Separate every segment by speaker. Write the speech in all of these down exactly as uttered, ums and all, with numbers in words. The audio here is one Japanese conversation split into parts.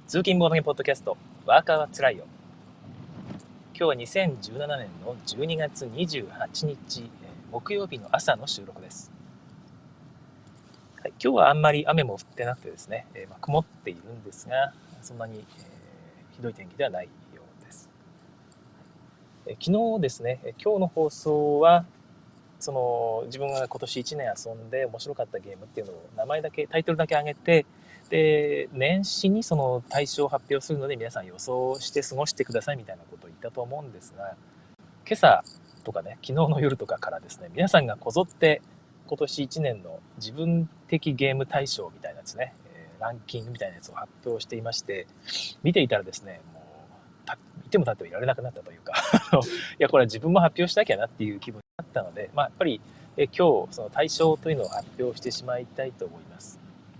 Speaker 1: 通勤ボードゲームポッドキャスト、ワーカーはつらいよ。今日はにせんじゅうななねんのじゅうにがつにじゅうはちにち、木曜日の朝の収録です。はい、今日はあんまり雨も降ってなくてですね、えーまあ、曇っているんですが、そんなに、えー、ひどい天気ではないようです。えー、昨日ですね、今日の放送は、その自分が今年いちねん遊んで面白かったゲームっていうのを名前だけ、タイトルだけ挙げて、で年始にその対象を発表するので皆さん予想して過ごしてくださいみたいなことを言ったと思うんですが、今朝とかね、昨日の夜とかからですね、皆さんがこぞって今年いちねんの自分的ゲーム大賞みたいなやつね、ランキングみたいなやつを発表していまして、見ていたらですね、もういても立ってもいられなくなったというかいやこれは自分も発表しなきゃなっていう気分になったので、まあ、やっぱりえ今日その対象というのを発表してしまいたいと思います。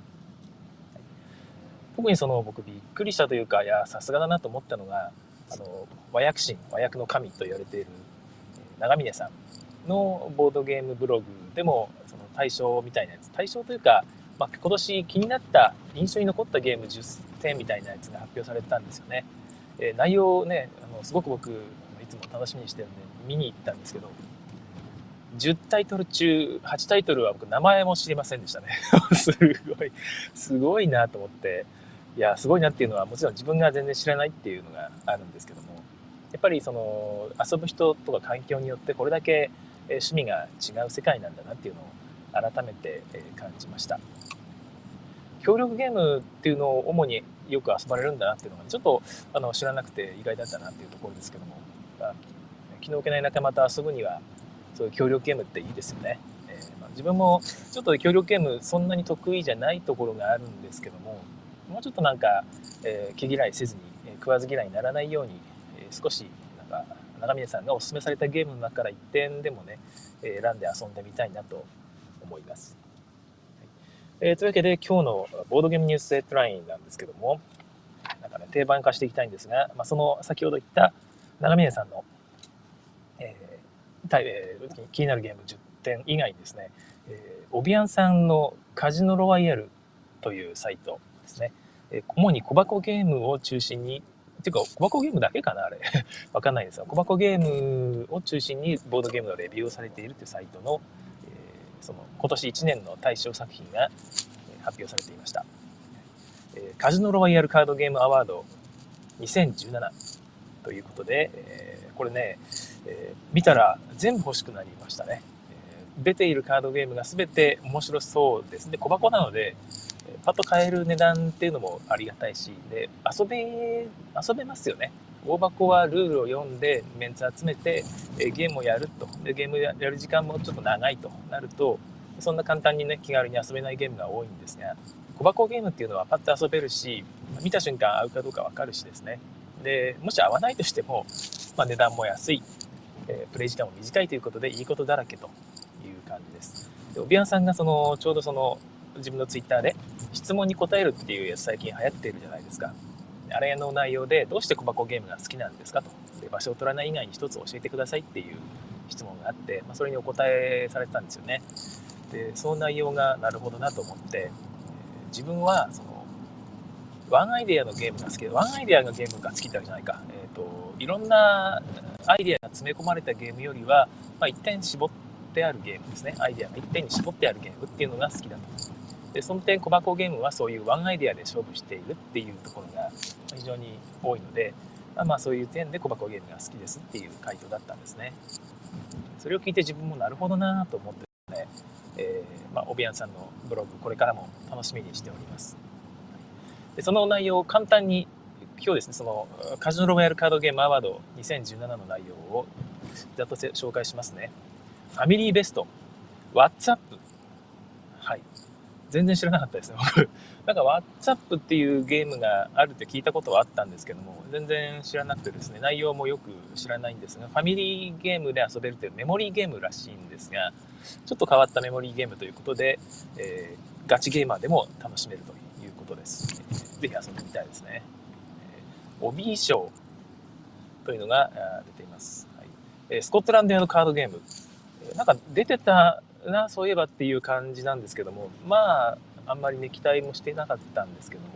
Speaker 1: 特にその僕びっくりしたというか、いやさすがだなと思ったのが、あの和訳神、和訳の神と言われている長峰さんのボードゲームブログでもその対象みたいなやつ、対象というか、まあ、今年気になった印象に残ったゲームじゅってんみたいなやつが発表されてたんですよね。えー、内容ね、あのすごく僕いつも楽しみにしてるんで見に行ったんですけど、じゅうタイトル中はちタイトルは僕名前も知りませんでしたねすごいすごいなと思って、いやすごいなっていうのはもちろん自分が全然知らないっていうのがあるんですけども、やっぱりその遊ぶ人とか環境によってこれだけ趣味が違う世界なんだなっていうのを改めて感じました。協力ゲームっていうのを主によく遊ばれるんだなっていうのがちょっとあの知らなくて意外だったなっていうところですけども、気の置けない仲間と遊ぶにはそういう協力ゲームっていいですよね。えーまあ、自分もちょっと協力ゲームそんなに得意じゃないところがあるんですけども、もうちょっとなんか、えー、毛嫌いせずに、えー、食わず嫌いにならないように、えー、少しなんか長峰さんがおすすめされたゲームの中からいってんでもね、えー、選んで遊んでみたいなと思います。はい、えー、というわけで今日のボードゲームニュースヘッドラインなんですけども、なんかね、定番化していきたいんですが、まあ、その先ほど言った長峰さんの、えーえー、気になるゲームじゅってん以外にですね、えー、オビアンさんのカジノロワイヤルというサイトですね、えー、主に小箱ゲームを中心に、っていうか小箱ゲームだけかなあれわかんないですが、小箱ゲームを中心にボードゲームのレビューをされているというサイトの、えー、その今年いちねんの大賞作品が発表されていました。えー、カジノロワイヤルカードゲームアワードにせんじゅうななということで、えー、これね、えー、見たら全部欲しくなりましたね。えー、出ているカードゲームが全て面白そうです。で、小箱なので、パッと買える値段っていうのもありがたいし、で、遊べ、遊べますよね。大箱はルールを読んで、メンツ集めて、えー、ゲームをやると。で、ゲームやる時間もちょっと長いとなると、そんな簡単にね、気軽に遊べないゲームが多いんですが、小箱ゲームっていうのはパッと遊べるし、見た瞬間合うかどうかわかるしですね。で、もし合わないとしても、まあ、値段も安い、えー、プレイ時間も短いということでいいことだらけという感じです。で、オビアンさんがそのちょうどその自分のツイッターで質問に答えるっていうやつ最近流行っているじゃないですか。あれの内容でどうして小箱ゲームが好きなんですかと、で場所を取らない以外に一つ教えてくださいっていう質問があって、まあ、それにお答えされたんですよね。で、その内容がなるほどなと思って、自分はそのワンアイデアのゲームが好きで、ワンアイデアのゲームが好きってわけじゃないか、えーと、いろんなアイデアが詰め込まれたゲームよりは、まあ、一点絞ってあるゲームですね。アイデアが一点に絞ってあるゲームっていうのが好きだと。で、その点小箱ゲームはそういうワンアイデアで勝負しているっていうところが非常に多いので、まあそういう点で小箱ゲームが好きですっていう回答だったんですね。それを聞いて自分もなるほどなと思ってですね、えーまあ、オビアンさんのブログこれからも楽しみにしております。でその内容を簡単に今日ですね、そのカジノロワイヤルカードゲームアワードにせんじゅうななの内容をざっと紹介しますね。ファミリーベスト WhatsApp、 はい、全然知らなかったですね僕なんか WhatsApp っていうゲームがあるって聞いたことはあったんですけども、全然知らなくてですね、内容もよく知らないんですが、ファミリーゲームで遊べるというメモリーゲームらしいんですが、ちょっと変わったメモリーゲームということで、えー、ガチゲーマーでも楽しめるということです。ぜひ遊んでみたいですね。オビー賞というのが出ています。はい、スコットランド用のカードゲーム、なんか出てたなそういえばっていう感じなんですけども、まああんまりね期待もしてなかったんですけども、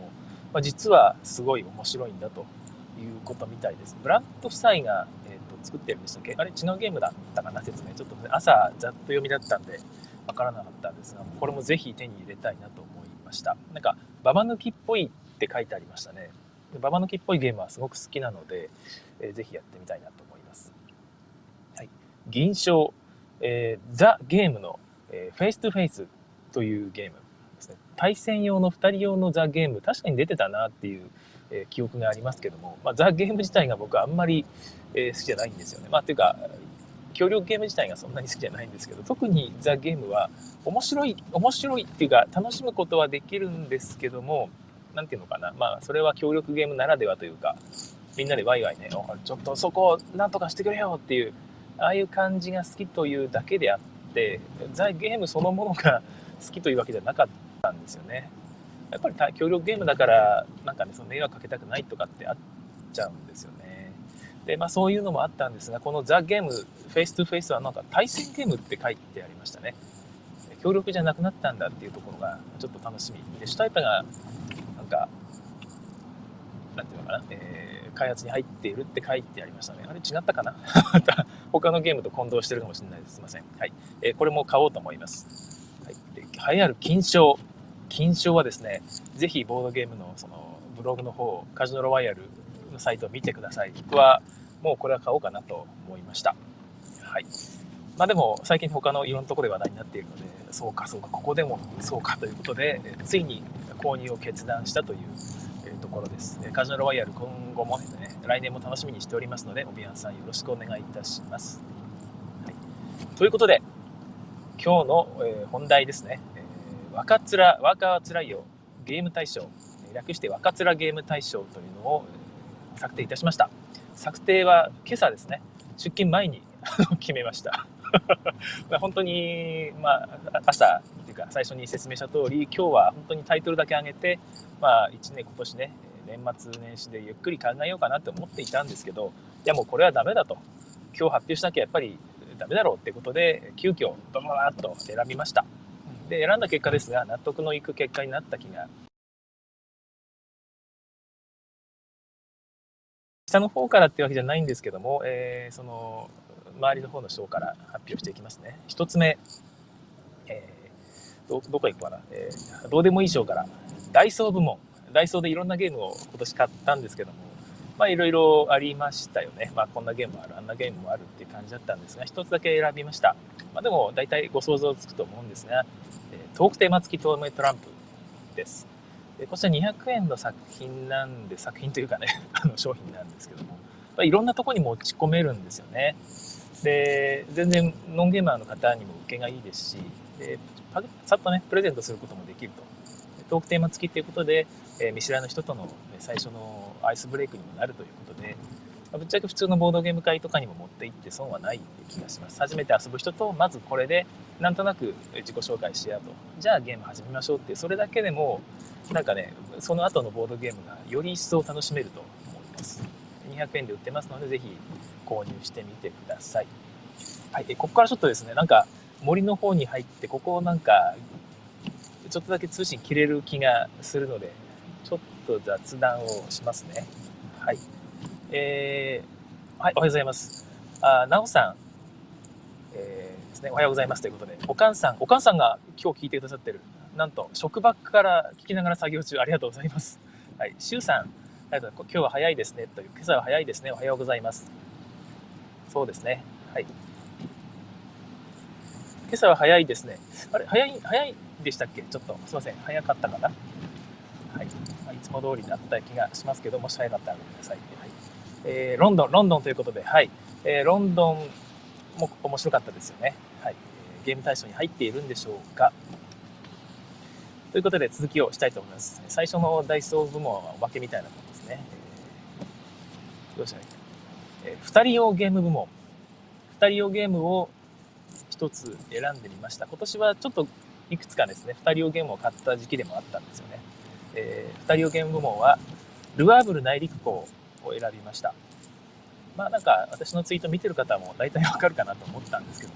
Speaker 1: まあ、実はすごい面白いんだということみたいです。ブラッド夫妻が、えー、と作ってるんでしたっけ？あれ違うゲームだったかな、説明。ちょっと朝ざっと読みだったんでわからなかったんですが、これもぜひ手に入れたいなと思いました。なんかババ抜きっぽいって書いてありましたね。ババ抜きっぽいゲームはすごく好きなので、えー、ぜひやってみたいなと思います。はい、銀賞、えー、ザ・ゲームの、えー、フェイストゥフェイスというゲームですね。対戦用のふたり用のザ・ゲーム、確かに出てたなっていう、えー、記憶がありますけども、まあ、ザ・ゲーム自体が僕はあんまり、えー、好きじゃないんですよね。まあ、というか協力ゲーム自体がそんなに好きじゃないんですけど、特にザ・ゲームは面白い面白いっていうか楽しむことはできるんですけども、なんていうのかな、まあそれは協力ゲームならではというか、みんなでワイワイね、ちょっとそこをなんとかしてくれよっていう、ああいう感じが好きというだけであって、ザ・ゲームそのものが好きというわけじゃなかったんですよね。やっぱり協力ゲームだからなんかね、その迷惑かけたくないとかってあっちゃうんですよね。で、まあそういうのもあったんですが、このザ・ゲームフェイストゥフェイスはなんか対戦ゲームって書いてありましたね。協力じゃなくなったんだっていうところがちょっと楽しみで、シュタイプがなんかなんていうのかな、えー、開発に入っているって書いてありましたね。あれ違ったかな他のゲームと混同してるかもしれないです。すいません。はい。えー、これも買おうと思います。はい。で、栄えある金賞。金賞はですね、ぜひボードゲームのそのブログの方、カジノロワイヤルのサイトを見てください。僕はもうこれは買おうかなと思いました。はい。まあでも最近他のいろんなところで話題になっているので、そうかそうか、ここでもそうかということで、ついに購入を決断したというところです。カジノロワイヤル今後もですね、来年も楽しみにしておりますので、おびやんさんよろしくお願いいたします。はい、ということで、今日の、えー、本題ですね。えー、若つら、ワーカーはつらいよゲーム大賞、略して若つらゲーム大賞というのを策定いたしました。策定は今朝ですね、出勤前に決めました。本当に、まあ、朝っていうか最初に説明した通り、今日は本当にタイトルだけ上げて、まあ、いちねん今年ね、年末年始でゆっくり考えようかなって思っていたんですけど、いやもうこれはダメだと、今日発表しなきゃやっぱりダメだろうっていうことで、急遽ババーッと選びました。で、選んだ結果ですが、納得のいく結果になった気が、下の方からっていうわけじゃないんですけども、えー、その周りの方の賞から発表していきますね。ひとつめ、えー、ど, どこ行くかな、えー、どうでもいい賞からダイソー部門。ダイソーでいろんなゲームを今年買ったんですけども、まあいろいろありましたよね。まあこんなゲームもある、あんなゲームもあるっていう感じだったんですが、一つだけ選びました。まあでも大体ご想像つくと思うんですが、えー、トークテーマ付き透明トランプです。でこちらにひゃくえんの作品なんで、作品というかねあの商品なんですけども、まあ、いろんなとこに持ち込めるんですよね。で全然ノンゲーマーの方にも受けがいいですし、でさっとねプレゼントすることもできると。トークテーマ付きということで、えー、見知らぬ人との最初のアイスブレイクにもなるということで、まあ、ぶっちゃけ普通のボードゲーム会とかにも持って行って損はないって気がします。初めて遊ぶ人とまずこれでなんとなく自己紹介し合うと、じゃあゲーム始めましょうって、それだけでもなんかね、その後のボードゲームがより一層楽しめると思います。にひゃくえんで売ってますので、ぜひ購入してみてください。はい、ここからちょっとですね、なんか森の方に入って、ここをなんかちょっとだけ通信切れる気がするので、ちょっと雑談をしますね。はい。えー、はい、おはようございます。あ、なおさん、えー、ですね、おはようございますということで、おかんさん、おかんさんが今日聞いてくださってる。なんと、職場から聞きながら作業中、ありがとうございます。はい、しゅうさん、ありがとうございます。今日は早いですね、という、今朝は早いですね、おはようございます。そうですね、はい。今朝は早いですね。あれ、早い、早いでしたっけ？ちょっと、すいません、早かったかな？はい。いつも通りだった気がしますけど、もし早かったらごめんなさい。はい。えー、ロンドン、ロンドンということで、はい。えー、ロンドンも面白かったですよね。はい。ゲーム対象に入っているんでしょうか。ということで、続きをしたいと思います。最初のダイソー部門はおまけみたいなものですね。えー、どうしたらいいか。えー、ふたり用ゲーム部門。ふたり用ゲームを一つ選んでみました。今年はちょっといくつかですね、ふたり用ゲームを買った時期でもあったんですよね。えー、ふたり用ゲーム部門は、ルアーブル内陸港を選びました。まあなんか私のツイート見てる方も大体わかるかなと思ったんですけども、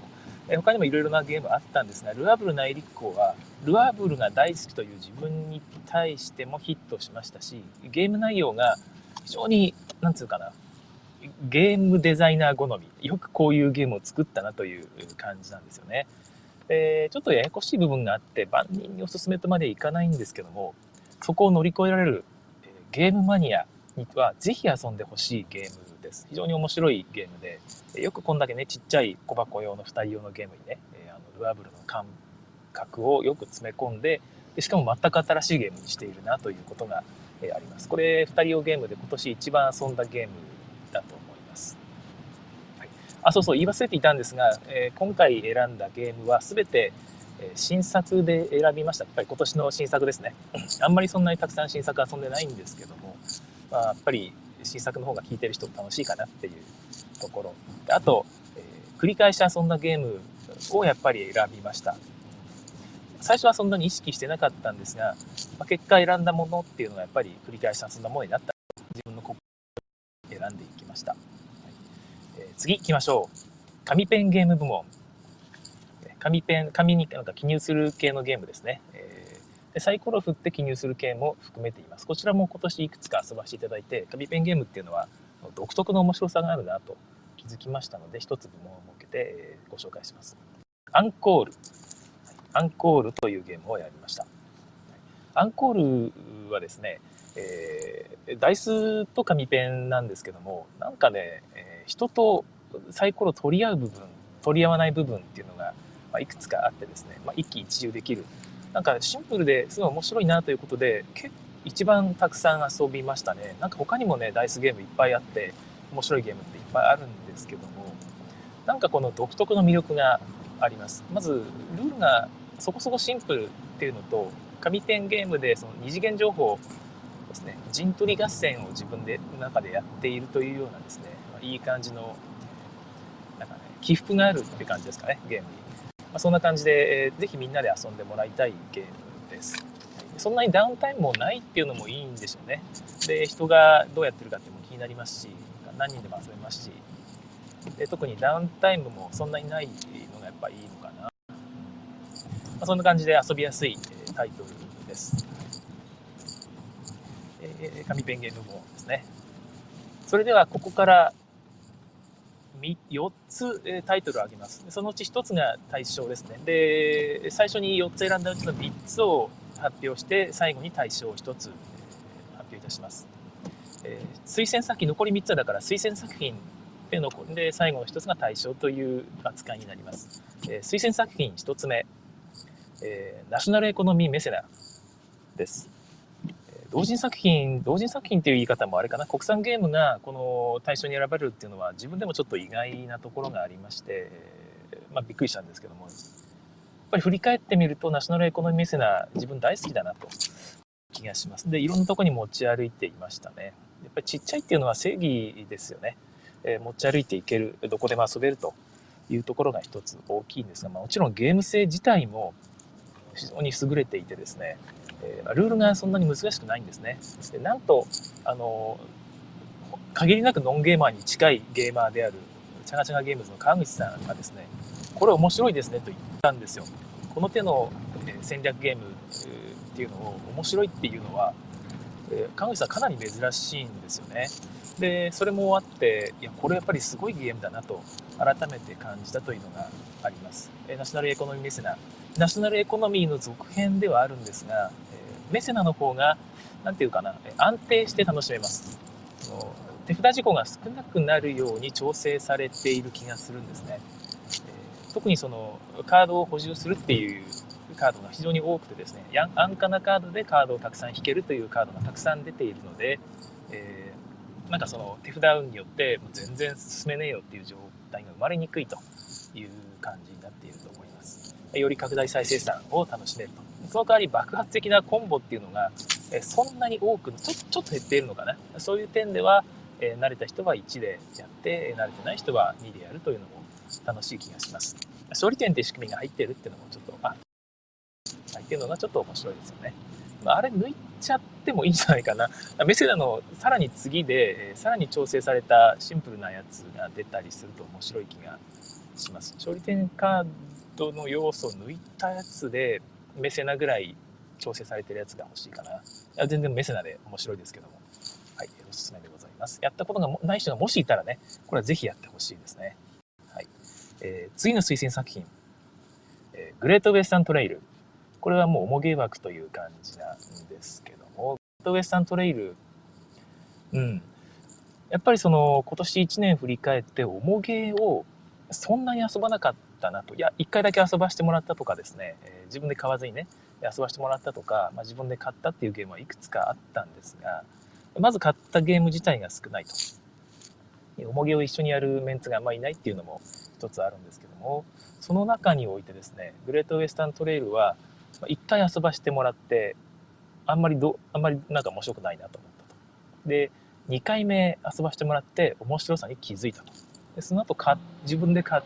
Speaker 1: え他にもいろいろなゲームあったんですが、ルアブル内陸港はルアブルが大好きという自分に対してもヒットしましたし、ゲーム内容が非常になんつうかな、ゲームデザイナー好み、よくこういうゲームを作ったなという感じなんですよね。でちょっとややこしい部分があって万人におすすめとまでいかないんですけども、そこを乗り越えられるゲームマニアにはぜひ遊んでほしいゲームです。非常に面白いゲームで、よくこんだけねちっちゃい小箱用のふたり用のゲームにね、あのルアブルの感覚をよく詰め込んで、しかも全く新しいゲームにしているなということがあります。これふたり用ゲームで今年一番遊んだゲームだと思います。はい、あ、そうそう、言い忘れていたんですが、えー、今回選んだゲームは全て新作で選びました。やっぱり今年の新作ですね。あんまりそんなにたくさん新作遊んでないんですけども、まあ、やっぱり新作の方が聴いてる人楽しいかなっていうところ。あと、えー、繰り返し遊んだゲームをやっぱり選びました。最初はそんなに意識してなかったんですが、まあ、結果選んだものっていうのがやっぱり繰り返し遊んだものになった。自分の心を選んでいきました。はい、えー、次行きましょう。紙ペンゲーム部門。紙ペン、紙になんか記入する系のゲームですね。えー、でサイコロ振って記入する系も含めています。こちらも今年いくつか遊ばせていただいて、紙ペンゲームっていうのは独特の面白さがあるなと気づきましたので、一つ部門を設けてご紹介します。アンコール。アンコールというゲームをやりました。アンコールはですね、えー、ダイスと紙ペンなんですけども、なんかね、えー、人とサイコロを取り合う部分、取り合わない部分っていうのがまあ、いくつかあってですね、まあ、一喜一憂できる、なんかシンプルですごい面白いなということで一番たくさん遊びましたね。なんか他にもねダイスゲームいっぱいあって面白いゲームっていっぱいあるんですけども、なんかこの独特の魅力があります。まずルールがそこそこシンプルっていうのと、紙ペンゲームでその二次元情報ですね、陣取り合戦を自分で中でやっているというようなですね、まあ、いい感じのなんかね起伏があるって感じですかね、ゲームに。まあ、そんな感じで、えー、ぜひみんなで遊んでもらいたいゲームです。そんなにダウンタイムもないっていうのもいいんでしょうね。で、人がどうやってるかっていうのも気になりますし、何人でも遊べますし、で特にダウンタイムもそんなにないのがやっぱいいのかな。まあ、そんな感じで遊びやすいタイトルです。えー、紙ペンゲームもですね。それではここからよっつタイトルを挙げます。そのうちひとつが対象ですね。で、最初によっつ選んだうちのみっつを発表して、最後に対象をひとつ発表いたします。えー、推薦作品、残りみっつだから推薦作品で残りで、最後のひとつが対象という扱いになります。えー、推薦作品ひとつめ、えー、ナショナルエコノミーメセナです。同人作品、同人作品っていう言い方もあれかな、国産ゲームがこの対象に選ばれるっていうのは自分でもちょっと意外なところがありまして、まあ、びっくりしたんですけども、やっぱり振り返ってみるとナショナルエコノミーメセナ自分大好きだなと気がします。で、いろんなところに持ち歩いていましたね。やっぱりちっちゃいっていうのは正義ですよね。えー、持ち歩いていける、どこでも遊べるというところが一つ大きいんですが、まあ、もちろんゲーム性自体も非常に優れていてですね、えー、ルールがそんなに難しくないんですね。でなんとあの限りなくノンゲーマーに近いゲーマーであるチャガチャガゲームズの川口さんがですね、これ面白いですねと言ったんですよ。この手の戦略ゲームっていうのを面白いっていうのは、川口さんかなり珍しいんですよね。でそれもあって、いやこれやっぱりすごいゲームだなと改めて感じたというのがあります。ナショナルエコノミーメセナ、ナショナルエコノミーの続編ではあるんですが、メセナの方がなんていうかな、安定して楽しめます。手札事項が少なくなるように調整されている気がするんですね。特にそのカードを補充するっていうカードが非常に多くてですね、安価なカードでカードをたくさん引けるというカードがたくさん出ているので、えー、なんかその手札運によって全然進めねえよっていう状態が生まれにくいという感じになっていると思います。より拡大再生産を楽しめると。その代わり爆発的なコンボっていうのがそんなに多くちょ、ちょっと減っているのかな。そういう点では、えー、慣れた人はいちでやって、慣れてない人はにでやるというのも楽しい気がします。勝利点っていう仕組みが入っているっていうのもちょっと、あ、入っているのがちょっと面白いですよね。あれ抜いちゃってもいいんじゃないかな。メセダのさらに次で、さらに調整されたシンプルなやつが出たりすると面白い気がします。勝利点カードの要素を抜いたやつでメセナぐらい調整されてるやつが欲しいかな。いや全然メセナで面白いですけども、はい、おすすめでございます。やったことがない人がもしいたらね、これはぜひやってほしいですね。はい、えー、次の推薦作品、えー、グレートウェスタントレイル。これはもう重芸枠という感じなんですけども、グレートウェスタントレイル、うん、やっぱりその今年いちねん振り返って重芸をそんなに遊ばなかったなと。いや、いっかいだけ遊ばしてもらったとかですね、えー、自分で買わずにね遊ばしてもらったとか、まあ、自分で買ったっていうゲームはいくつかあったんですが、まず買ったゲーム自体が少ないと。重げを一緒にやるメンツがあんまりいないっていうのも一つあるんですけども、その中においてですね、グレートウエスタントレイルはいっかい遊ばしてもらってあんまりどあんまりなんか面白くないなと思ったと。でにかいめ遊ばしてもらって面白さに気づいたと。でその後か自分で買って、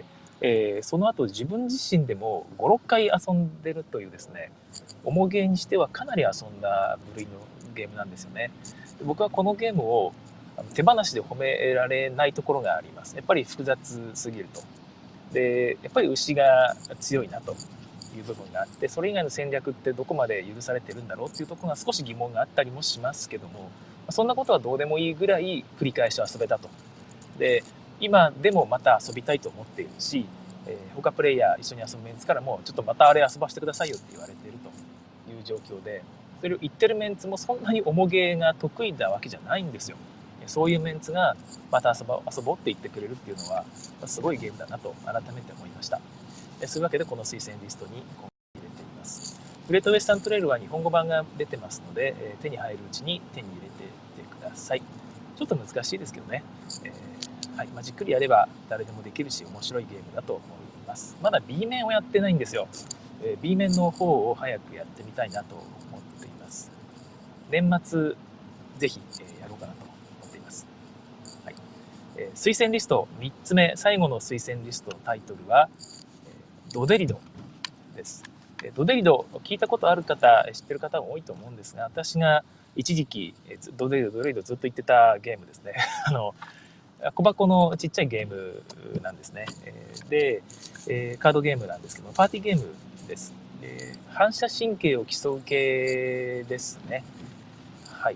Speaker 1: えー、その後自分自身でもごろっかい遊んでるというですね、重ゲーにしてはかなり遊んだ部類のゲームなんですよね。僕はこのゲームを手放しで褒められないところがあります。やっぱり複雑すぎると。でやっぱり牛が強いなという部分があって、それ以外の戦略ってどこまで許されてるんだろうっていうところが少し疑問があったりもしますけども、そんなことはどうでもいいぐらい繰り返し遊べたと。で今でもまた遊びたいと思っているし、えー、他プレイヤー一緒に遊ぶメンツからもちょっとまたあれ遊ばせてくださいよって言われているという状況で、それを言ってるメンツもそんなに重ゲーが得意なわけじゃないんですよ。そういうメンツがまた遊ぼう遊ぼうって言ってくれるっていうのはすごいゲームだなと改めて思いました。そういうわけでこの推薦リストに今回入れています。グレートウェスタントレイルは日本語版が出てますので、えー、手に入るうちに手に入れていってください。ちょっと難しいですけどね、えーはいまあ、じっくりやれば誰でもできるし面白いゲームだと思います。まだ B 面をやってないんですよ。えー、B 面の方を早くやってみたいなと思っています。年末ぜひ、えー、やろうかなと思っています。はいえー、推薦リストみっつめ、最後の推薦リストのタイトルは、えー、ドデリドです。ドデリド聞いたことある方、知ってる方も多いと思うんですが、私が一時期ドデリドドデリドずっと言ってたゲームですね。あの小箱のちっちゃいゲームなんですね。で、カードゲームなんですけど、パーティーゲームです。反射神経を競う系ですね。はい。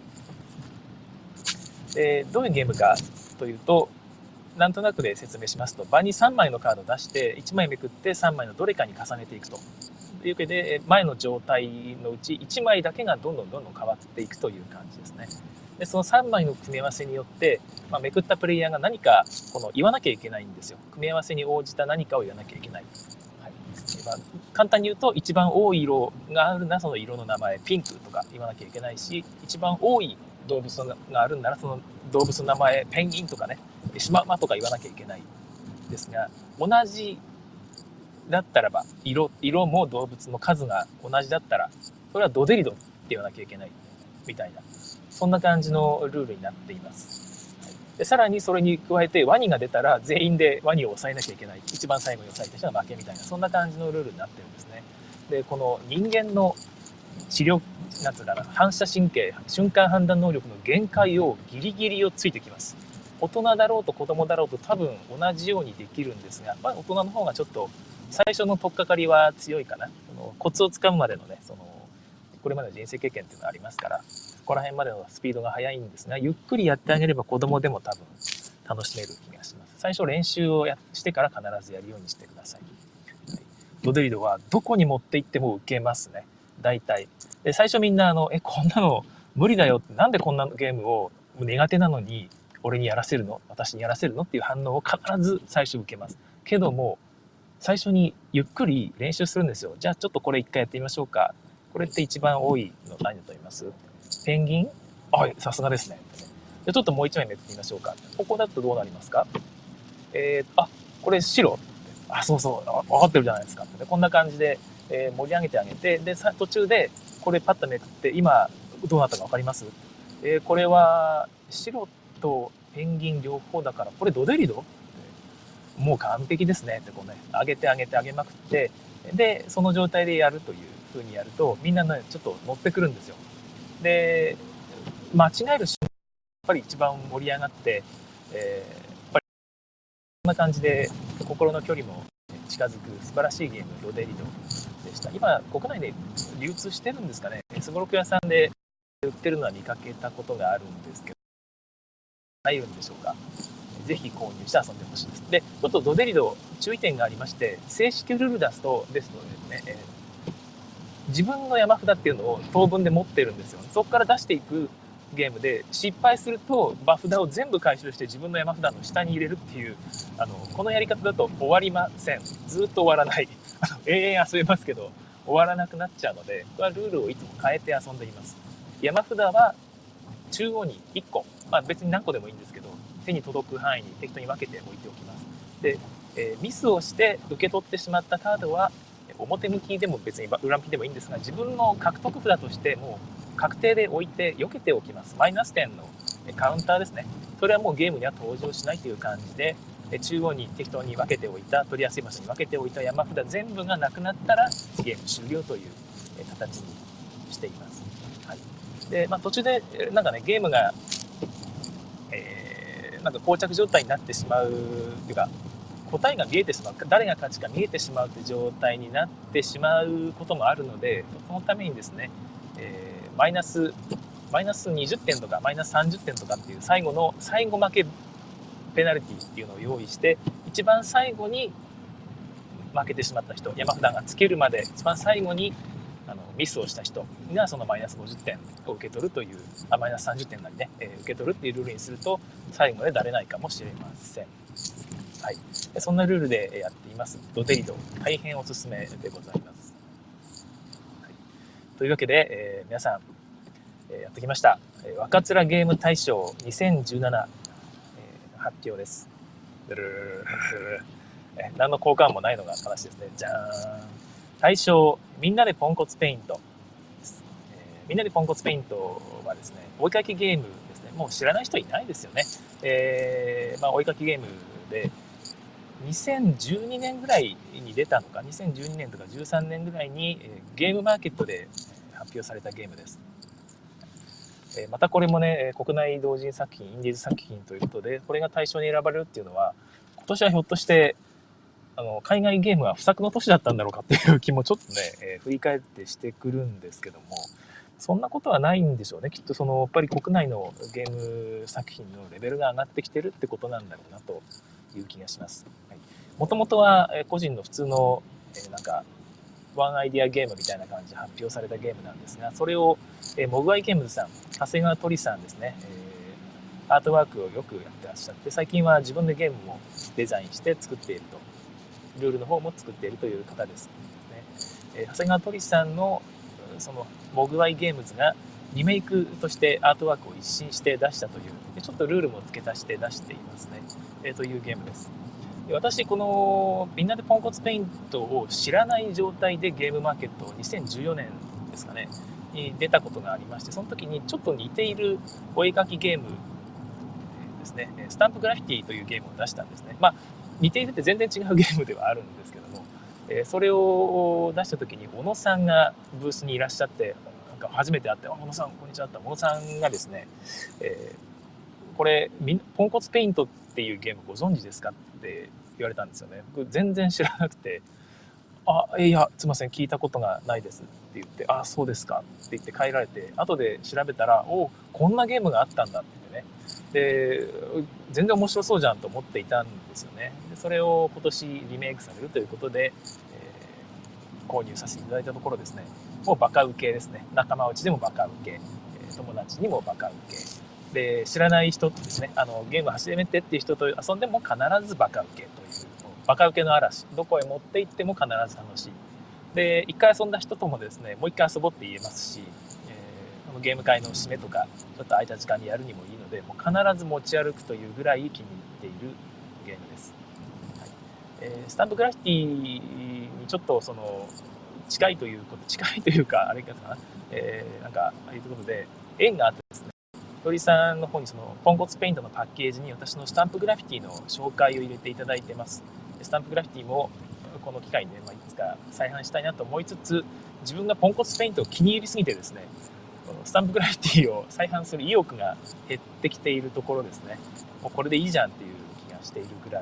Speaker 1: で、どういうゲームかというと、なんとなくで説明しますと、場にさんまいのカードを出していちまいめくってさんまいのどれかに重ねていくというわけで、前の状態のうちいちまいだけがどんどんどんどん変わっていくという感じですね。でそのさんまいの組み合わせによって、まあ、めくったプレイヤーが何かこの言わなきゃいけないんですよ。組み合わせに応じた何かを言わなきゃいけない。はいまあ、簡単に言うと一番多い色があるならその色の名前、ピンクとか言わなきゃいけないし、一番多い動物があるんならその動物の名前、ペンギンとかね、シマウマとか言わなきゃいけないですが、同じだったらば 色, 色も動物の数が同じだったらそれはドデリドって言わなきゃいけないみたいな、そんな感じのルールになっています。でさらにそれに加えてワニが出たら全員でワニを抑えなきゃいけない、一番最後に抑えた人が負けみたいな、そんな感じのルールになってるんですね。でこの人間の視力なんつうかな、反射神経、瞬間判断能力の限界をギリギリをついてきます。大人だろうと子供だろうと多分同じようにできるんですが、まあ、大人の方がちょっと最初の取っかかりは強いかな。そのコツをつかむまでのね、そのこれまでの人生経験っていうのがありますから、そこら辺までのスピードが速いんですが、ゆっくりやってあげれば子供でも多分楽しめる気がします。最初練習をやしてから必ずやるようにしてください。はい、ドデリドはどこに持って行っても受けますね。大体。で最初みんなあのえこんなの無理だよって、なんでこんなゲームを苦手なのに俺にやらせるの、私にやらせるのっていう反応を必ず最初受けます。けども最初にゆっくり練習するんですよ。じゃあちょっとこれ一回やってみましょうか。これって一番多いの何だと思います？ペンギン？はい、さすがですね。じゃあちょっともう一枚めくってみましょうか。ここだとどうなりますか？えー、あ、これ白。あ、そうそう、分かってるじゃないですか。でこんな感じで、えー、盛り上げてあげて、で途中でこれパッとめくって今どうなったか分かります？えー、これは白とペンギン両方だから、これドデリド？もう完璧ですねってこうね、上げて上げて上げまくって、でその状態でやるという風にやるとみんなねちょっと乗ってくるんですよ。で間違える瞬間やっぱり一番盛り上がって、えーな感じで心の距離も近づく素晴らしいゲーム、ロデリドでした。今、国内で流通してるんですかね。すごろく屋さんで売ってるのは見かけたことがあるんですけど、入るんでしょうか。ぜひ購入して遊んでほしいです。で、ちょっとロデリド、注意点がありまして、正式ルール出すとですとですね、えー自分の山札っていうのを当分で持ってるんですよ。そこから出していくゲームで、失敗すると場札を全部回収して自分の山札の下に入れるっていう、あのこのやり方だと終わりません。ずっと終わらない。永遠遊べますけど終わらなくなっちゃうので、これはルールをいつも変えて遊んでいます。山札は中央にいっこ、まあ、別に何個でもいいんですけど、手に届く範囲に適当に分けて置いておきます。で、えー、ミスをして受け取ってしまったカードは表向きでも別に裏向きでもいいんですが、自分の獲得札としてもう確定で置いて避けておきます。マイナス点のカウンターですね。それはもうゲームには登場しないという感じで、中央に適当に分けておいた、取りやすい場所に分けておいた山札全部がなくなったらゲーム終了という形にしています。はい。で、まあ、途中でなんかね、ゲームが、えー、なんか膠着状態になってしまうというか、答えが見えてしまう、誰が勝ちか見えてしまうという状態になってしまうこともあるので、そのためにですね、えー、マイナスマイナスにじゅってんとかマイナスさんじゅってんとかっていう最後の最後負けペナルティっていうのを用意して、一番最後に負けてしまった人、山札がつけるまで一番最後にあのミスをした人がそのマイナスごじゅってんを受け取るという、あマイナスさんじゅってんなりね、えー、受け取るっていうルールにすると最後までだれないかもしれません。はい、そんなルールでやっていますロデリド、大変おすすめでございます。はい、というわけで、えー、皆さん、えー、やってきました、えー、若面ゲーム大賞にせんじゅうなな、えー、発表です。ルルルルルえー、何の交換もないのが話ですね。じゃーん。大賞みんなでポンコツペイントです、えー、みんなでポンコツペイントはですね、追いかけゲームですね。もう知らない人いないですよね。えーまあ、追いかけゲームでにせんじゅうにねんぐらいに出たのか、にせんじゅうにねんとかじゅうさんねんぐらいにゲームマーケットで発表されたゲームです。またこれもね、国内同人作品、インディーズ作品ということで、これが対象に選ばれるっていうのは、今年はひょっとしてあの海外ゲームは不作の年だったんだろうかっていう気もちょっとね、えー、振り返ってしてくるんですけども、そんなことはないんでしょうね。きっとそのやっぱり国内のゲーム作品のレベルが上がってきてるってことなんだろうなという気がします。もともとは個人の普通の、えー、なんかワンアイディアゲームみたいな感じで発表されたゲームなんですが、それを、えー、モグアイゲームズさん、長谷川鳥さんですね、えー、アートワークをよくやってらっしゃって、最近は自分でゲームもデザインして作っていると、ルールの方も作っているという方ですね。えー、長谷川鳥さんのそのモグアイゲームズがリメイクとしてアートワークを一新して出したという、ちょっとルールも付け足して出していますね、えー、というゲームです。私このみんなでポンコツペイントを知らない状態でゲームマーケットにせんじゅうよねんですかねに出たことがありまして、その時にちょっと似ているお絵描きゲームですね、スタンプグラフィティというゲームを出したんですね。まあ似ているって全然違うゲームではあるんですけども、それを出した時に小野さんがブースにいらっしゃって、なんか初めて会って「小野さんこんにちは」って小野さんがですね、えー、これポンコツペイントっていうゲームご存知ですかって言われたんですよね。僕全然知らなくて、あ、いや、すいません、聞いたことがないですって言って、あ、そうですかって言って帰られて、後で調べたら、お、こんなゲームがあったんだってね。で、全然面白そうじゃんと思っていたんですよね。でそれを今年リメイクされるということで、えー、購入させていただいたところですね、もうバカウケですね。仲間内でもバカウケ、友達にもバカウケ。で、知らない人とですね、あのゲーム始めてっていう人と遊んでも必ずバカウケという、バカウケの嵐、どこへ持って行っても必ず楽しい。で、一回遊んだ人ともですね、もう一回遊ぼうって言えますし、えー、ゲーム会の締めとかちょっと空いた時間にやるにもいいので、もう必ず持ち歩くというぐらい気に入っているゲームです。はい、えー、スタンプグラフィティにちょっとその近いということ、近いというかあれかな、えー、なんかああいうことで縁があってですね、鳥さんの方にそのポンコツペイントのパッケージに私のスタンプグラフィティの紹介を入れていただいてます。スタンプグラフィティもこの機会に、ね、まあ、いつか再販したいなと思いつつ、自分がポンコツペイントを気に入りすぎてですね、スタンプグラフィティを再販する意欲が減ってきているところですね。もうこれでいいじゃんっていう気がしているぐらいな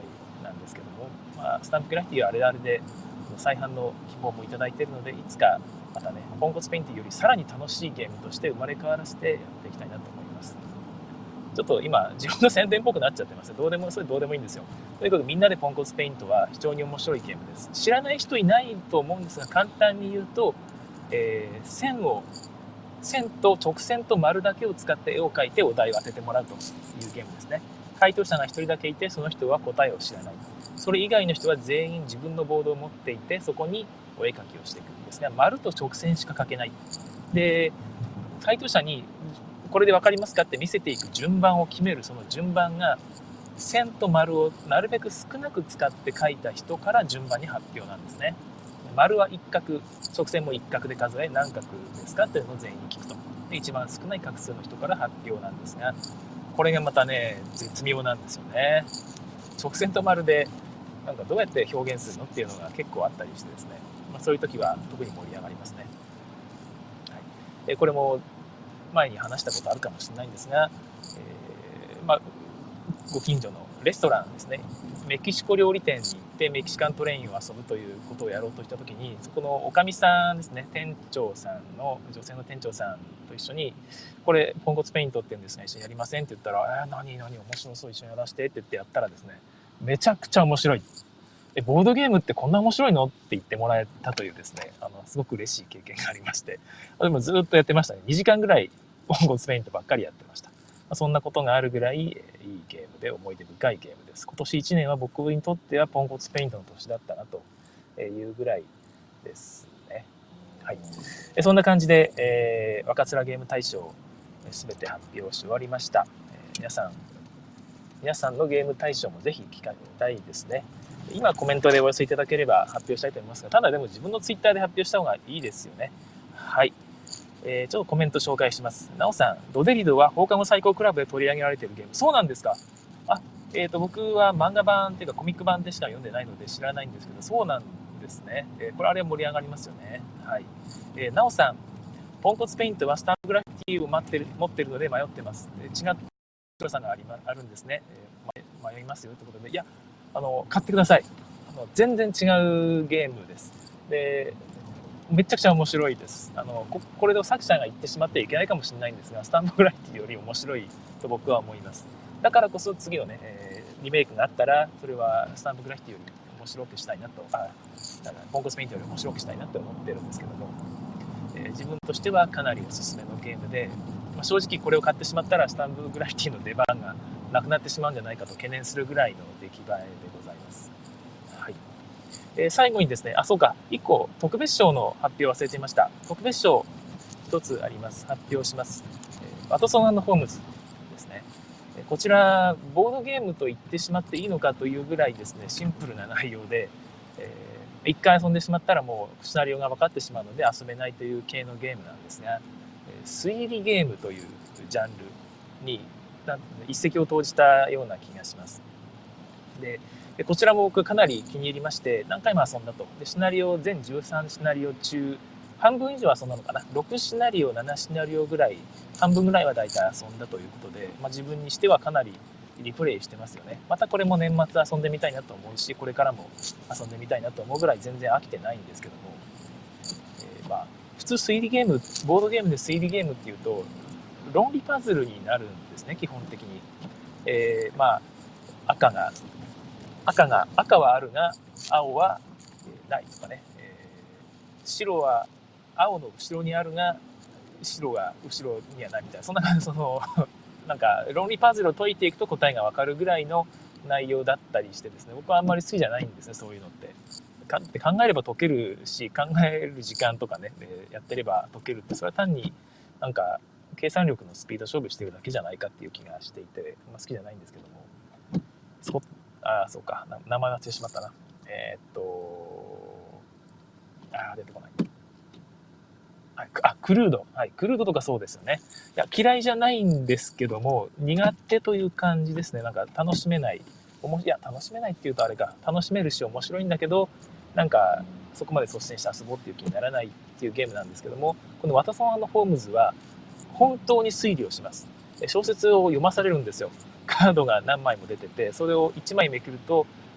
Speaker 1: なんですけども、まあ、スタンプグラフィティはあれあれで再販の希望もいただいているので、いつかまたね、ポンコツペインティよりさらに楽しいゲームとして生まれ変わらせてやっていきたいなと思います。ちょっと今自分の宣伝っぽくなっちゃってます。どうでもそれどうでもいいんですよ。ということで、みんなでポンコツペイントは非常に面白いゲームです。知らない人いないと思うんですが、簡単に言うと、えー、線を線と直線と丸だけを使って絵を描いてお題を当ててもらうというゲームですね。回答者がひとりだけいて、その人は答えを知らない。それ以外の人は全員自分のボードを持っていて、そこにお絵描きをしていくんですが、丸と直線しか描けない。で、回答者にこれで分かりますかって見せていく順番を決める、その順番が線と丸をなるべく少なく使って書いた人から順番に発表なんですね。丸は一画、直線も一画で数え、何画ですかっていうのを全員に聞くと。で、一番少ない画数の人から発表なんですが、これがまたね、絶妙なんですよね。直線と丸でなんかどうやって表現するのっていうのが結構あったりしてですね、まあ、そういう時は特に盛り上がりますね。はい、でこれも前に話したことあるかもしれないんですが、えーまあ、ご近所のレストランですね、メキシコ料理店に行ってメキシカントレインを遊ぶということをやろうとした時に、そこのおかみさんですね、店長さんの女性の店長さんと一緒に、これポンコツペイントって言うんですが一緒にやりませんって言ったら、えー、何何面白そう、一緒にやらせてって言ってやったらですね、めちゃくちゃ面白い。えボードゲームってこんな面白いのって言ってもらえたというですね、あのすごく嬉しい経験がありまして、でもずっとやってましたね。にじかんぐらいポンコツペイントばっかりやってました。そんなことがあるぐらいいいゲームで、思い出深いゲームです。今年いちねんは僕にとってはポンコツペイントの年だったなというぐらいですね。はい、そんな感じで、えー、若面ゲーム大賞すべて発表し終わりました。えー、皆さん皆さんのゲーム大賞もぜひ聞きたいですね。今コメントでお寄せいただければ発表したいと思いますが、ただでも自分のツイッターで発表した方がいいですよね。はい。えー、ちょっとコメント紹介します。なおさん、ドデリドは放課後最高クラブで取り上げられているゲーム。そうなんですか。あ、えっ、ー、と、僕は漫画版っていうかコミック版でしか読んでないので知らないんですけど、そうなんですね。えー、これあれは盛り上がりますよね。はい。えー、なおさん、ポンコツペイントはスタンプグラフィティを待ってる持ってるので迷ってます。えー、違ってさんがあり、ま、あるんですね。えー、迷いますよということで、いや、あの、買ってください。あの全然違うゲームです。で、めちゃくちゃ面白いです。あの こ, これで作者が言ってしまってはいけないかもしれないんですが、スタンプグラフィティより面白いと僕は思います。だからこそ次のね、えー、リメイクがあったら、それはスタンプグラフィティより面白くしたいなと、あ、ポンコツペイントより面白くしたいなと思ってるんですけども、えー、自分としてはかなりおすすめのゲームで、まあ、正直これを買ってしまったらスタンプグラフィティの出番がなくなってしまうんじゃないかと懸念するぐらいの出来栄えでございます。はい。えー、最後にですね、あ、そうか、いっこ特別賞の発表を忘れていました。特別賞ひとつあります。発表します。えー、ワトソン&ホームズですね。えー、こちら、ボードゲームと言ってしまっていいのかというぐらいですね、シンプルな内容で、えー、いっかい遊んでしまったらもうシナリオが分かってしまうので遊べないという系のゲームなんですが、えー、推理ゲームというジャンルに一石を投じたような気がします。で、こちらも僕かなり気に入りまして、何回も遊んだと。で、シナリオ全じゅうさんシナリオ中、半分以上遊んだのかな。ろくシナリオ、ななシナリオぐらい、半分ぐらいは大体遊んだということで、まあ、自分にしてはかなりリプレイしてますよね。またこれも年末遊んでみたいなと思うし、これからも遊んでみたいなと思うぐらい全然飽きてないんですけども、えー、まあ普通推理ゲーム、ボードゲームで推理ゲームっていうと、論理パズルになるんですね、基本的に。えー、まあ赤が赤が赤はあるが青はないとかね、えー、白は青の後ろにあるが白が後ろにはないみたいな、そんな感じ、そのなんか論理パズルを解いていくと答えが分かるぐらいの内容だったりしてですね、僕はあんまり好きじゃないんですね、そういうのって。かって考えれば解けるし、考える時間とかね、やってれば解けるって、それは単になんか計算力のスピード勝負してるだけじゃないかっていう気がしていて、まあ、好きじゃないんですけども、そあそうか、名前忘れてしまったな。えー、っとあ出てこない。あ、クルード。はい、クルードとかそうですよね。いや、嫌いじゃないんですけども、苦手という感じですね。なんか楽しめない。おもいや、楽しめないっていうとあれか。楽しめるし面白いんだけど、なんかそこまで率先して遊ぼうっていう気にならないっていうゲームなんですけども、このワトソン&ホームズは本当に推理をします。小説を読まされるんですよ。カードが何枚も出てて、それをいちまいめくると、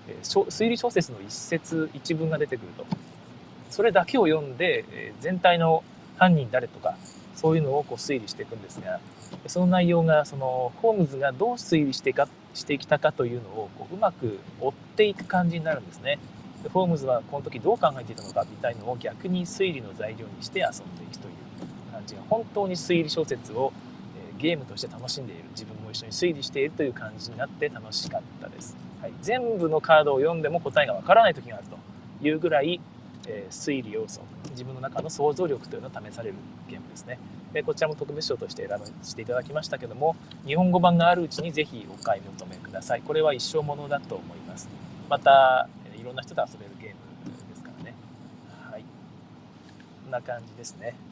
Speaker 1: えー、推理小説の一節一文が出てくると。それだけを読んで、えー、全体の犯人誰とかそういうのをこう推理していくんですが、その内容がそのホームズがどう推理していかしてきたかというのをこううまく追っていく感じになるんですね。でホームズはこの時どう考えていたのかみたいのを逆に推理の材料にして遊んでいくという感じが、本当に推理小説をゲームとして楽しんでいる、自分も一緒に推理しているという感じになって楽しかったです。はい、全部のカードを読んでも答えがわからない時があるというぐらい、えー、推理要素、自分の中の想像力というのが試されるゲームですね。でこちらも特別賞として選ばせていただきましたけども、日本語版があるうちにぜひお買い求めください。これは一生ものだと思います。またいろんな人と遊べるゲームですからね。はい、こんな感じですね。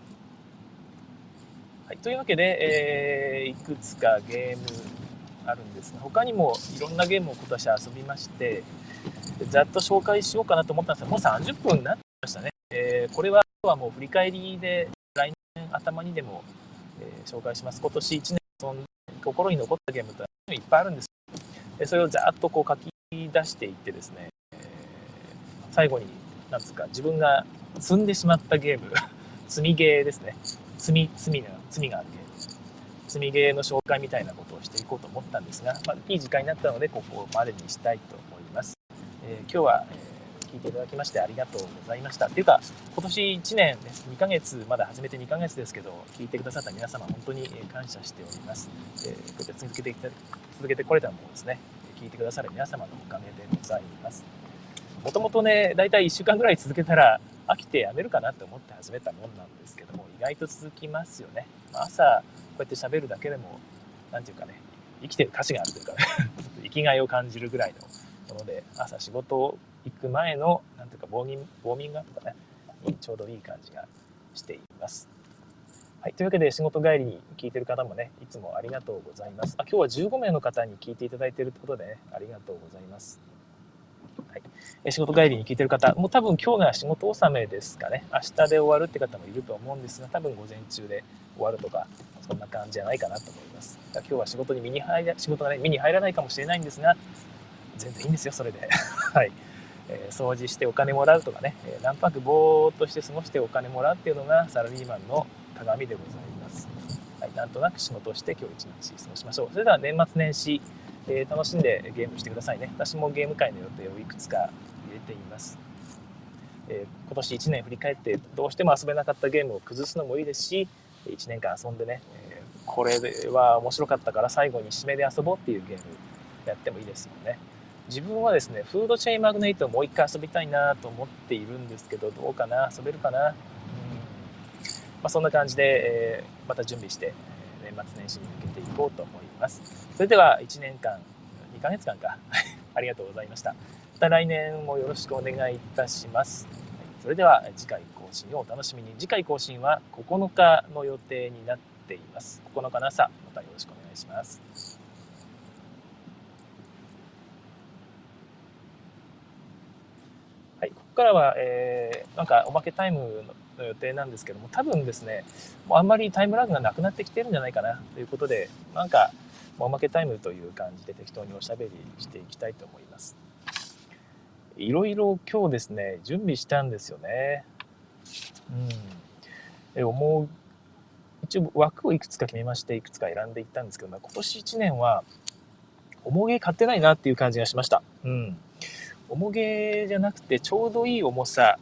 Speaker 1: はい、というわけで、えー、いくつかゲームあるんですが、他にもいろんなゲームを今年遊びまして、ざっと紹介しようかなと思ったんですが、もうさんじゅっぷんになってましたね。えー、これはもう振り返りで来年頭にでも、えー、紹介します。今年いちねん遊んで心に残ったゲームというのはいっぱいあるんです。それをざっとこう書き出していってですね、えー、最後になんですか、自分が積んでしまったゲーム積みゲーですね。積み罪が罪があるゲーム、積みゲーの紹介みたいなことをしていこうと思ったんですが、まあ、いい時間になったのでここまでにしたいと思います。えー、今日は、えー、聞いていただきましてありがとうございました。っていうか今年いちねんです、にかげつ、まだ始めてにかげつですけど、聞いてくださった皆様本当に感謝しております。えー、こうやって続けて続けてこれたのもですね、聞いてくださる皆様のおかげでございます。もともとね、だいたいいっしゅうかんぐらい続けたら飽きてやめるかなって思って始めたもんなんですけども、意外と続きますよね。朝こうやって喋るだけでもなんていうかね、生きてる価値があるというかね生きがいを感じるぐらいのもので、朝仕事行く前のなんていうかウォーミング、ウォーミングアップかね、ちょうどいい感じがしています。はい、というわけで仕事帰りに聞いてる方もね、いつもありがとうございます。あ、今日はじゅうごめいの方に聞いていただいているってことでね、ありがとうございます。はい、仕事帰りに聞いてる方もう多分今日が仕事納めですかね。明日で終わるって方もいると思うんですが、多分午前中で終わるとかそんな感じじゃないかなと思います。今日は仕事に身に入ら仕事がね身に入らないかもしれないんですが、全然いいんですよそれではい、えー、掃除してお金もらうとかね、えー、何泊ぼーっとして過ごしてお金もらうっていうのがサラリーマンの鏡でございます。はい、なんとなく仕事をして今日一日過ごしましょう。それでは年末年始、えー、楽しんでゲームしてくださいね。私もゲーム会の予定をいくつか入れています。えー、今年いちねん振り返ってどうしても遊べなかったゲームを崩すのもいいですし、いちねんかん遊んでね、えー、これは面白かったから最後に締めで遊ぼうっていうゲームやってもいいですもんね。自分はですね、フードチェインマグネイトをもう一回遊びたいなと思っているんですけど、どうかな、遊べるかな。うん、まあ、そんな感じで、えー、また準備して年末年始に向けていこうと思います。それではいちねんかん、にかげつかんかありがとうございました。また来年もよろしくお願いいたします。それでは次回更新をお楽しみに。次回更新はここのかの予定になっています。ここのかの朝、またよろしくお願いします。はい、ここからは、えー、なんかおまけタイムの予定なんですけども、多分ですね、もうあんまりタイムラグがなくなってきてるんじゃないかなということで、なんかおまけタイムという感じで適当におしゃべりしていきたいと思います。いろいろ今日ですね、準備したんですよね。うん、思う一応枠をいくつか決めまして、いくつか選んでいったんですけど、今年いちねんは重げ買ってないなっていう感じがしました。うん、重げじゃなくてちょうどいい重さ、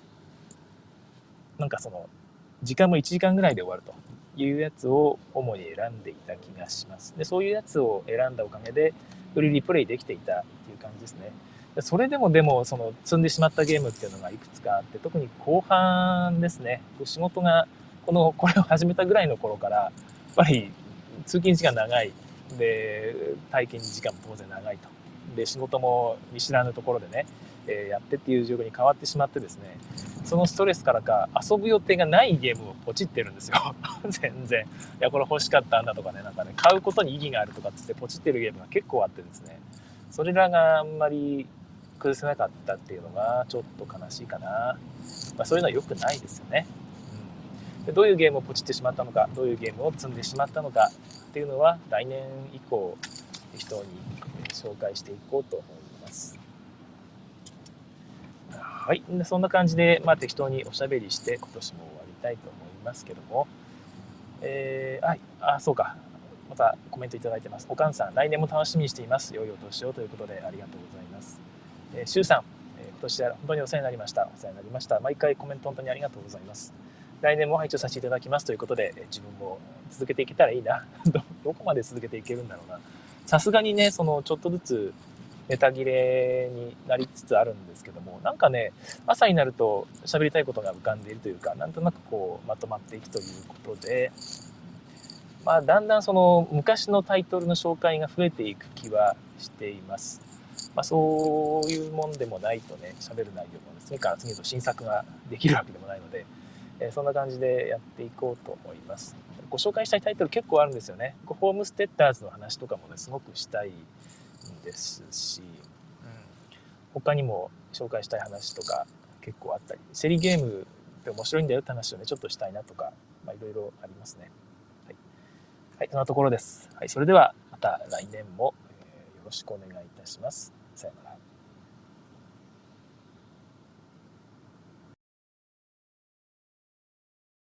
Speaker 1: なんかその時間もいちじかんぐらいで終わるというやつを主に選んでいた気がします。でそういうやつを選んだおかげでよりリプレイできていたっていう感じですね。それでもでもその積んでしまったゲームっていうのがいくつかあって、特に後半ですね、仕事がこのこれを始めたぐらいの頃からやっぱり通勤時間長いで、体験時間も当然長いと、で仕事も見知らぬところでね、えー、やってっていう状況に変わってしまってですね、そのストレスからか遊ぶ予定がないゲームをポチってるんですよ全然。いやこれ欲しかったんだとかね、なんかね、買うことに意義があるとかっつってポチってるゲームが結構あってですね、それらがあんまり崩せなかったっていうのがちょっと悲しいかな。まあ、そういうのは良くないですよね。うん、でどういうゲームをポチってしまったのか、どういうゲームを積んでしまったのかっていうのは来年以降適当に紹介していこうと思います。 はい。そんな感じで、まあ、適当におしゃべりして今年も終わりたいと思いますけども、えー、はい。あ、そうか。またコメントいただいてます。おかんさん、来年も楽しみにしています。良いお年をということでありがとうございます。えー、しゅうさん、えー今年は本当にお世話になりました。お世話になりました。毎回コメント本当にありがとうございます。来年も拝聴させていただきますということで、えー自分も続けていけたらいいな。どどこまで続けていけるんだろうな。さすがにね、そのちょっとずつネタ切れになりつつあるんですけども、なんかね、朝になると喋りたいことが浮かんでいるというか、なんとなくこうまとまっていくということで、まあ、だんだんその昔のタイトルの紹介が増えていく気はしています。まあ、そういうもんでもないとね、喋る内容も次から次へと新作ができるわけでもないので、えーそんな感じでやっていこうと思います。ご紹介したいタイトル結構あるんですよね。ホームステッターズの話とかもね、すごくしたいんですし、うん、他にも紹介したい話とか結構あったり、競りゲームって面白いんだよって話をね、ちょっとしたいなとか、まあ、いろいろありますね。はい。はい、そんなところです。はい、それではまた来年も、えーよろしくお願いいたします。さようなら。